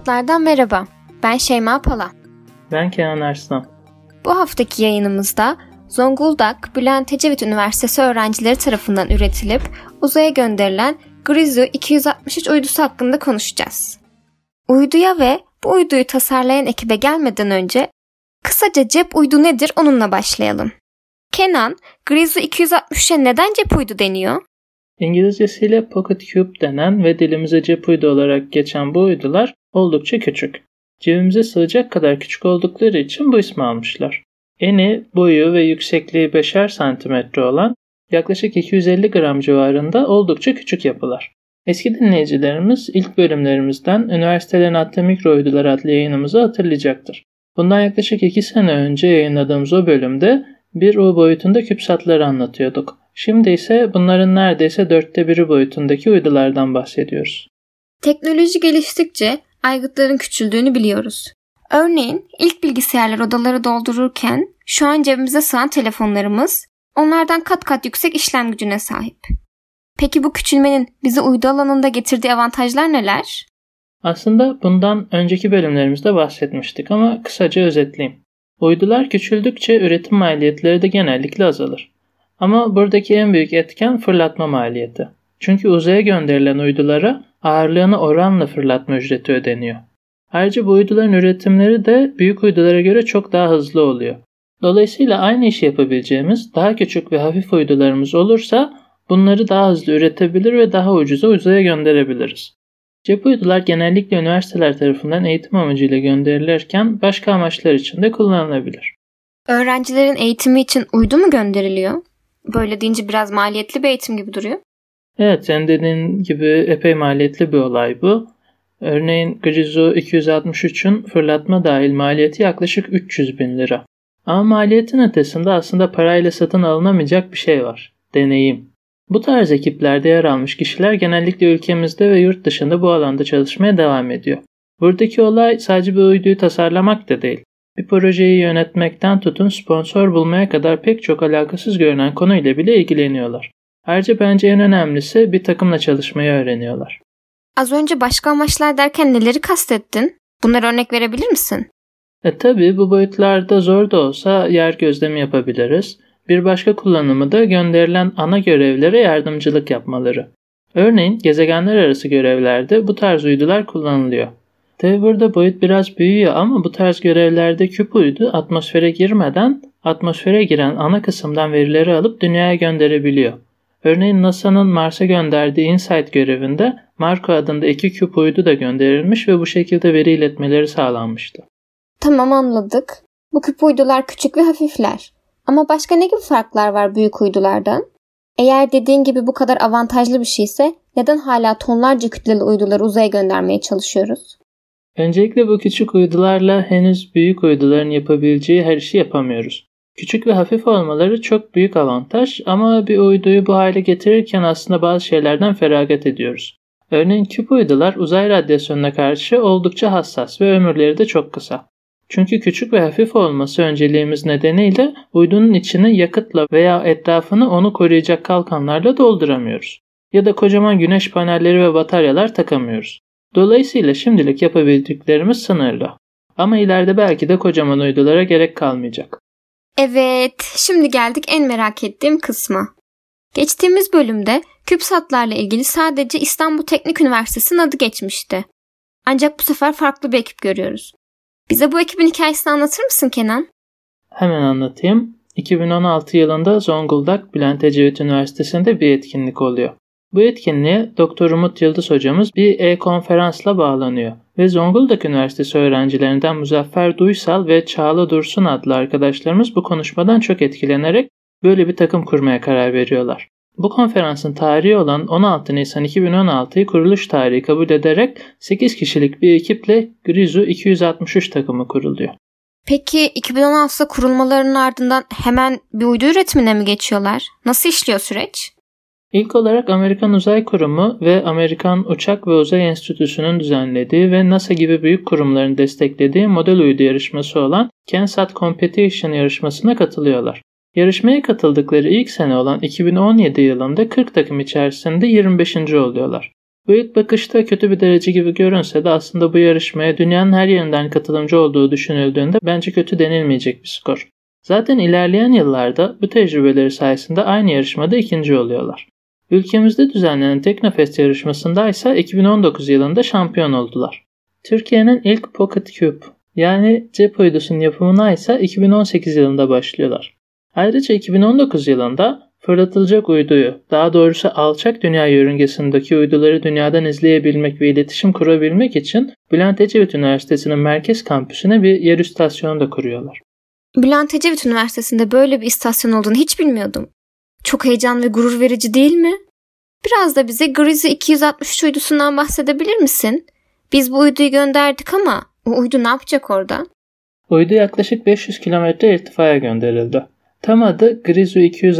CÜPSAT'lardan merhaba. Ben Şeyma Pala. Ben Kenan Arslan. Bu haftaki yayınımızda Zonguldak Bülent Ecevit Üniversitesi öğrencileri tarafından üretilip uzaya gönderilen Grizu 263 uydusu hakkında konuşacağız. Uyduya ve bu uyduyu tasarlayan ekibe gelmeden önce kısaca cep uydu nedir onunla başlayalım. Kenan, Grizu 263'e neden cep uydu deniyor? İngilizcesiyle Pocket Cube denen ve dilimize cep uydu olarak geçen bu uydular oldukça küçük. Cebimize sığacak kadar küçük oldukları için bu ismi almışlar. Eni, boyu ve yüksekliği 5'er santimetre olan yaklaşık 250 gram civarında oldukça küçük yapılar. Eski dinleyicilerimiz ilk bölümlerimizden Üniversitelerin Attığı Mikro Uydular adlı yayınımızı hatırlayacaktır. Bundan yaklaşık 2 sene önce yayınladığımız o bölümde bir U boyutunda CÜPSAT'ları anlatıyorduk. Şimdi ise bunların neredeyse 1/4 boyutundaki uydulardan bahsediyoruz. Teknoloji geliştikçe aygıtların küçüldüğünü biliyoruz. Örneğin ilk bilgisayarlar odaları doldururken şu an cebimize sığan telefonlarımız onlardan kat kat yüksek işlem gücüne sahip. Peki bu küçülmenin bize uydu alanında getirdiği avantajlar neler? Aslında bundan önceki bölümlerimizde bahsetmiştik ama kısaca özetleyeyim. Uydular küçüldükçe üretim maliyetleri de genellikle azalır. Ama buradaki en büyük etken fırlatma maliyeti. Çünkü uzaya gönderilen uydulara ağırlığına oranla fırlatma ücreti ödeniyor. Ayrıca bu uyduların üretimleri de büyük uydulara göre çok daha hızlı oluyor. Dolayısıyla aynı işi yapabileceğimiz daha küçük ve hafif uydularımız olursa bunları daha hızlı üretebilir ve daha ucuza uzaya gönderebiliriz. Cep uydular genellikle üniversiteler tarafından eğitim amacıyla gönderilirken başka amaçlar için de kullanılabilir. Öğrencilerin eğitimi için uydu mu gönderiliyor? Böyle deyince biraz maliyetli bir eğitim gibi duruyor. Evet, senin dediğin gibi epey maliyetli bir olay bu. Örneğin Grizu 263'ün fırlatma dahil maliyeti yaklaşık 300.000 lira. Ama maliyetin ötesinde aslında parayla satın alınamayacak bir şey var. Deneyim. Bu tarz ekiplerde yer almış kişiler genellikle ülkemizde ve yurt dışında bu alanda çalışmaya devam ediyor. Buradaki olay sadece bir uyduyu tasarlamak da değil. Bir projeyi yönetmekten tutun sponsor bulmaya kadar pek çok alakasız görünen konuyla bile ilgileniyorlar. Ayrıca bence en önemlisi bir takımla çalışmayı öğreniyorlar. Az önce başka amaçlar derken neleri kastettin? Bunlara örnek verebilir misin? Tabii bu boyutlarda zor da olsa yer gözlemi yapabiliriz. Bir başka kullanımı da gönderilen ana görevlere yardımcılık yapmaları. Örneğin gezegenler arası görevlerde bu tarz uydular kullanılıyor. Tabi burada boyut biraz büyüyor ama bu tarz görevlerde küp uydu atmosfere girmeden atmosfere giren ana kısımdan verileri alıp dünyaya gönderebiliyor. Örneğin NASA'nın Mars'a gönderdiği InSight görevinde Marco adında 2 küp uydu da gönderilmiş ve bu şekilde veri iletmeleri sağlanmıştı. Tamam, anladık. Bu küp uydular küçük ve hafifler. Ama başka ne gibi farklar var büyük uydulardan? Eğer dediğin gibi bu kadar avantajlı bir şeyse neden hala tonlarca kütleli uyduları uzaya göndermeye çalışıyoruz? Öncelikle bu küçük uydularla henüz büyük uyduların yapabileceği her işi yapamıyoruz. Küçük ve hafif olmaları çok büyük avantaj ama bir uyduyu bu hale getirirken aslında bazı şeylerden feragat ediyoruz. Örneğin küp uydular uzay radyasyonuna karşı oldukça hassas ve ömürleri de çok kısa. Çünkü küçük ve hafif olması önceliğimiz nedeniyle uydunun içini yakıtla veya etrafını onu koruyacak kalkanlarla dolduramıyoruz. Ya da kocaman güneş panelleri ve bataryalar takamıyoruz. Dolayısıyla şimdilik yapabildiklerimiz sınırlı. Ama ileride belki de kocaman uydulara gerek kalmayacak. Evet, şimdi geldik en merak ettiğim kısma. Geçtiğimiz bölümde CÜPSAT'larla ilgili sadece İstanbul Teknik Üniversitesi'nin adı geçmişti. Ancak bu sefer farklı bir ekip görüyoruz. Bize bu ekibin hikayesini anlatır mısın Kenan? Hemen anlatayım. 2016 yılında Zonguldak Bülent Ecevit Üniversitesi'nde bir etkinlik oluyor. Bu etkinliğe Dr. Umut Yıldız hocamız bir e-konferansla bağlanıyor ve Zonguldak Üniversitesi öğrencilerinden Muzaffer Duysal ve Çağla Dursun adlı arkadaşlarımız bu konuşmadan çok etkilenerek böyle bir takım kurmaya karar veriyorlar. Bu konferansın tarihi olan 16 Nisan 2016'yı kuruluş tarihi kabul ederek 8 kişilik bir ekiple Grizu 263 takımı kuruluyor. Peki 2016'da kurulmalarının ardından hemen bir uydu üretimine mi geçiyorlar? Nasıl işliyor süreç? İlk olarak Amerikan Uzay Kurumu ve Amerikan Uçak ve Uzay Enstitüsü'nün düzenlediği ve NASA gibi büyük kurumların desteklediği model uydu yarışması olan CanSat Competition yarışmasına katılıyorlar. Yarışmaya katıldıkları ilk sene olan 2017 yılında 40 takım içerisinde 25. oluyorlar. Bu ilk bakışta kötü bir derece gibi görünse de aslında bu yarışmaya dünyanın her yerinden katılımcı olduğu düşünüldüğünde bence kötü denilmeyecek bir skor. Zaten ilerleyen yıllarda bu tecrübeleri sayesinde aynı yarışmada ikinci oluyorlar. Ülkemizde düzenlenen Teknofest yarışmasında ise 2019 yılında şampiyon oldular. Türkiye'nin ilk Pocket Cube yani cep uydusunun yapımına ise 2018 yılında başlıyorlar. Ayrıca 2019 yılında fırlatılacak uyduyu, daha doğrusu alçak dünya yörüngesindeki uyduları dünyadan izleyebilmek ve iletişim kurabilmek için Bülent Ecevit Üniversitesi'nin merkez kampüsüne bir yer istasyonu da kuruyorlar. Bülent Ecevit Üniversitesi'nde böyle bir istasyon olduğunu hiç bilmiyordum. Çok heyecan ve gurur verici değil mi? Biraz da bize Grizu 263 uydusundan bahsedebilir misin? Biz bu uyduyu gönderdik ama o uydu ne yapacak orada? Uydu yaklaşık 500 kilometre irtifaya gönderildi. Tam adı Grizu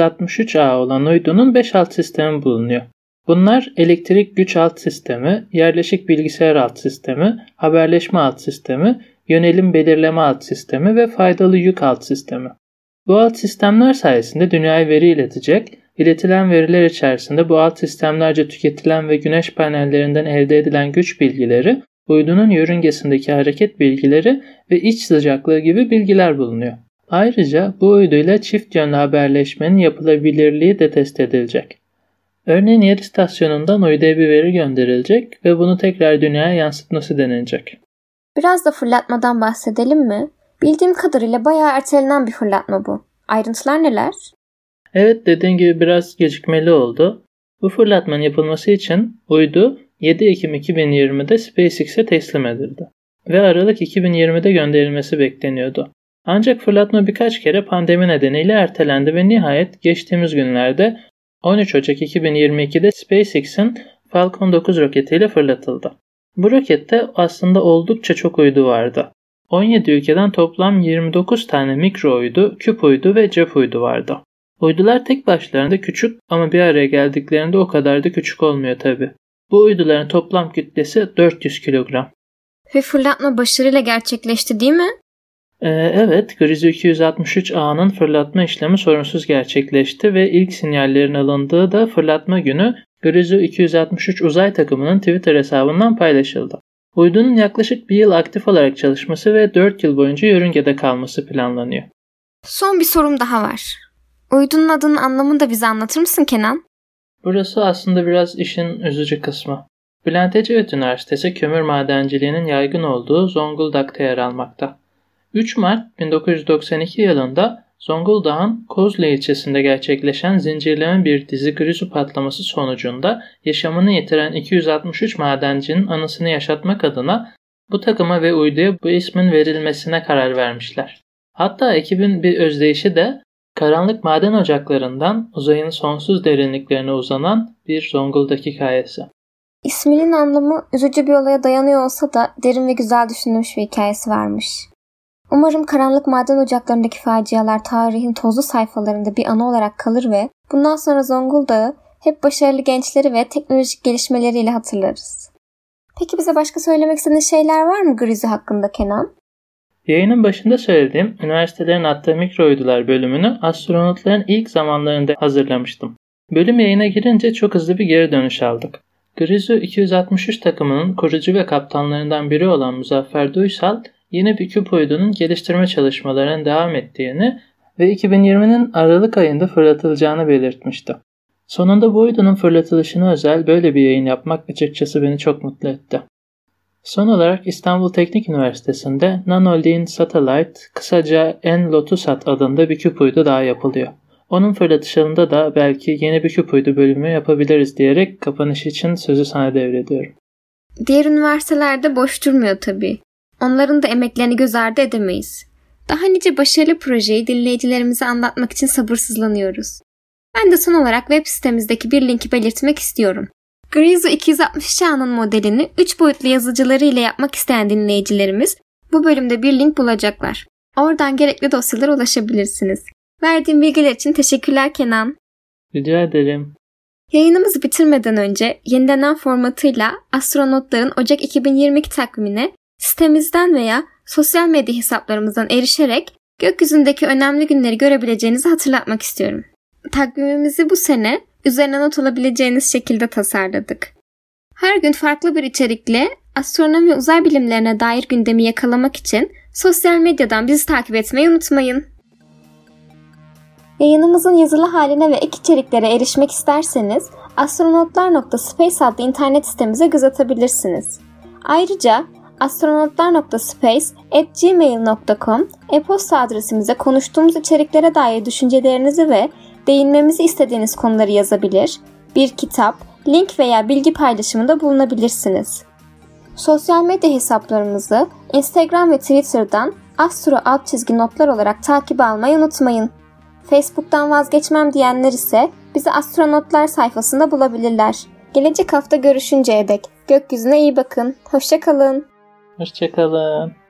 263A olan uydunun 5 alt sistemi bulunuyor. Bunlar elektrik güç alt sistemi, yerleşik bilgisayar alt sistemi, haberleşme alt sistemi, yönelim belirleme alt sistemi ve faydalı yük alt sistemi. Bu alt sistemler sayesinde dünyaya veri iletecek, iletilen veriler içerisinde bu alt sistemlerce tüketilen ve güneş panellerinden elde edilen güç bilgileri, uydunun yörüngesindeki hareket bilgileri ve iç sıcaklığı gibi bilgiler bulunuyor. Ayrıca bu uyduyla çift yönlü haberleşmenin yapılabilirliği de test edilecek. Örneğin yer istasyonundan uyduya bir veri gönderilecek ve bunu tekrar dünyaya yansıtması denilecek. Biraz da fırlatmadan bahsedelim mi? Bildiğim kadarıyla bayağı ertelenen bir fırlatma bu. Ayrıntılar neler? Evet, dediğin gibi biraz gecikmeli oldu. Bu fırlatmanın yapılması için uydu 7 Ekim 2020'de SpaceX'e teslim edildi ve Aralık 2020'de gönderilmesi bekleniyordu. Ancak fırlatma birkaç kere pandemi nedeniyle ertelendi ve nihayet geçtiğimiz günlerde 13 Ocak 2022'de SpaceX'in Falcon 9 roketiyle fırlatıldı. Bu rokette aslında oldukça çok uydu vardı. 17 ülkeden toplam 29 tane mikro uydu, küp uydu ve cep uydu vardı. Uydular tek başlarında küçük ama bir araya geldiklerinde o kadar da küçük olmuyor tabi. Bu uyduların toplam kütlesi 400 kilogram. Ve fırlatma başarıyla gerçekleşti değil mi? Evet, Grizu 263A'nın fırlatma işlemi sorunsuz gerçekleşti ve ilk sinyallerin alındığı da fırlatma günü Grizu 263 uzay takımının Twitter hesabından paylaşıldı. Uydunun yaklaşık bir yıl aktif olarak çalışması ve 4 yıl boyunca yörüngede kalması planlanıyor. Son bir sorum daha var. Uydunun adının anlamını da bize anlatır mısın Kenan? Burası aslında biraz işin üzücü kısmı. Bülent Ecevit Üniversitesi kömür madenciliğinin yaygın olduğu Zonguldak'ta yer almakta. 3 Mart 1992 yılında Zonguldak'ın Kozlu ilçesinde gerçekleşen zincirleme bir dizi Grizu patlaması sonucunda yaşamını yitiren 263 madencinin anısını yaşatmak adına bu takıma ve uyduya bu ismin verilmesine karar vermişler. Hatta ekibin bir özdeyişi de karanlık maden ocaklarından uzayın sonsuz derinliklerine uzanan bir Zonguldak hikayesi. İsminin anlamı üzücü bir olaya dayanıyor olsa da derin ve güzel düşünülmüş bir hikayesi varmış. Umarım karanlık maden ocaklarındaki facialar tarihin tozlu sayfalarında bir anı olarak kalır ve bundan sonra Zonguldak'ı hep başarılı gençleri ve teknolojik gelişmeleriyle hatırlarız. Peki bize başka söylemek istediğin şeyler var mı Grizu hakkında Kenan? Yayının başında söylediğim üniversitelerin attığı mikro uydular bölümünü astronotların ilk zamanlarında hazırlamıştım. Bölüm yayına girince çok hızlı bir geri dönüş aldık. Grizu 263 takımının kurucu ve kaptanlarından biri olan Muzaffer Duysal, yeni bir küp uydunun geliştirme çalışmalarının devam ettiğini ve 2020'nin Aralık ayında fırlatılacağını belirtmişti. Sonunda bu uydunun fırlatılışına özel böyle bir yayın yapmak açıkçası beni çok mutlu etti. Son olarak İstanbul Teknik Üniversitesi'nde Nanolin Satellite, kısaca N-Lotusat adında bir küp uydu daha yapılıyor. Onun fırlatışında da belki yeni bir küp uydu bölümü yapabiliriz diyerek kapanış için sözü sana devrediyorum. Diğer üniversitelerde boş durmuyor tabii. Onların da emeklerini göz ardı edemeyiz. Daha nice başarılı projeyi dinleyicilerimize anlatmak için sabırsızlanıyoruz. Ben de son olarak web sitemizdeki bir linki belirtmek istiyorum. Grizu 260A'nın modelini 3 boyutlu yazıcıları ile yapmak isteyen dinleyicilerimiz bu bölümde bir link bulacaklar. Oradan gerekli dosyalara ulaşabilirsiniz. Verdiğim bilgiler için teşekkürler Kenan. Rica ederim. Yayınımızı bitirmeden önce yenilenen formatıyla astronotların Ocak 2022 takvimine sitemizden veya sosyal medya hesaplarımızdan erişerek gökyüzündeki önemli günleri görebileceğinizi hatırlatmak istiyorum. Takvimimizi bu sene üzerine not alabileceğiniz şekilde tasarladık. Her gün farklı bir içerikle astronomi ve uzay bilimlerine dair gündemi yakalamak için sosyal medyadan bizi takip etmeyi unutmayın. Yayınımızın yazılı haline ve ek içeriklere erişmek isterseniz astronotlar.space adlı internet sitemize göz atabilirsiniz. Ayrıca astronotlar.space@gmail.com e-posta adresimize konuştuğumuz içeriklere dair düşüncelerinizi ve değinmemizi istediğiniz konuları yazabilir, bir kitap, link veya bilgi paylaşımında bulunabilirsiniz. Sosyal medya hesaplarımızı Instagram ve Twitter'dan astro_notlar olarak takip almayı unutmayın. Facebook'tan vazgeçmem diyenler ise bizi Astronotlar sayfasında bulabilirler. Gelecek hafta görüşünceye dek gökyüzüne iyi bakın. Hoşça kalın. Hoşça kalın.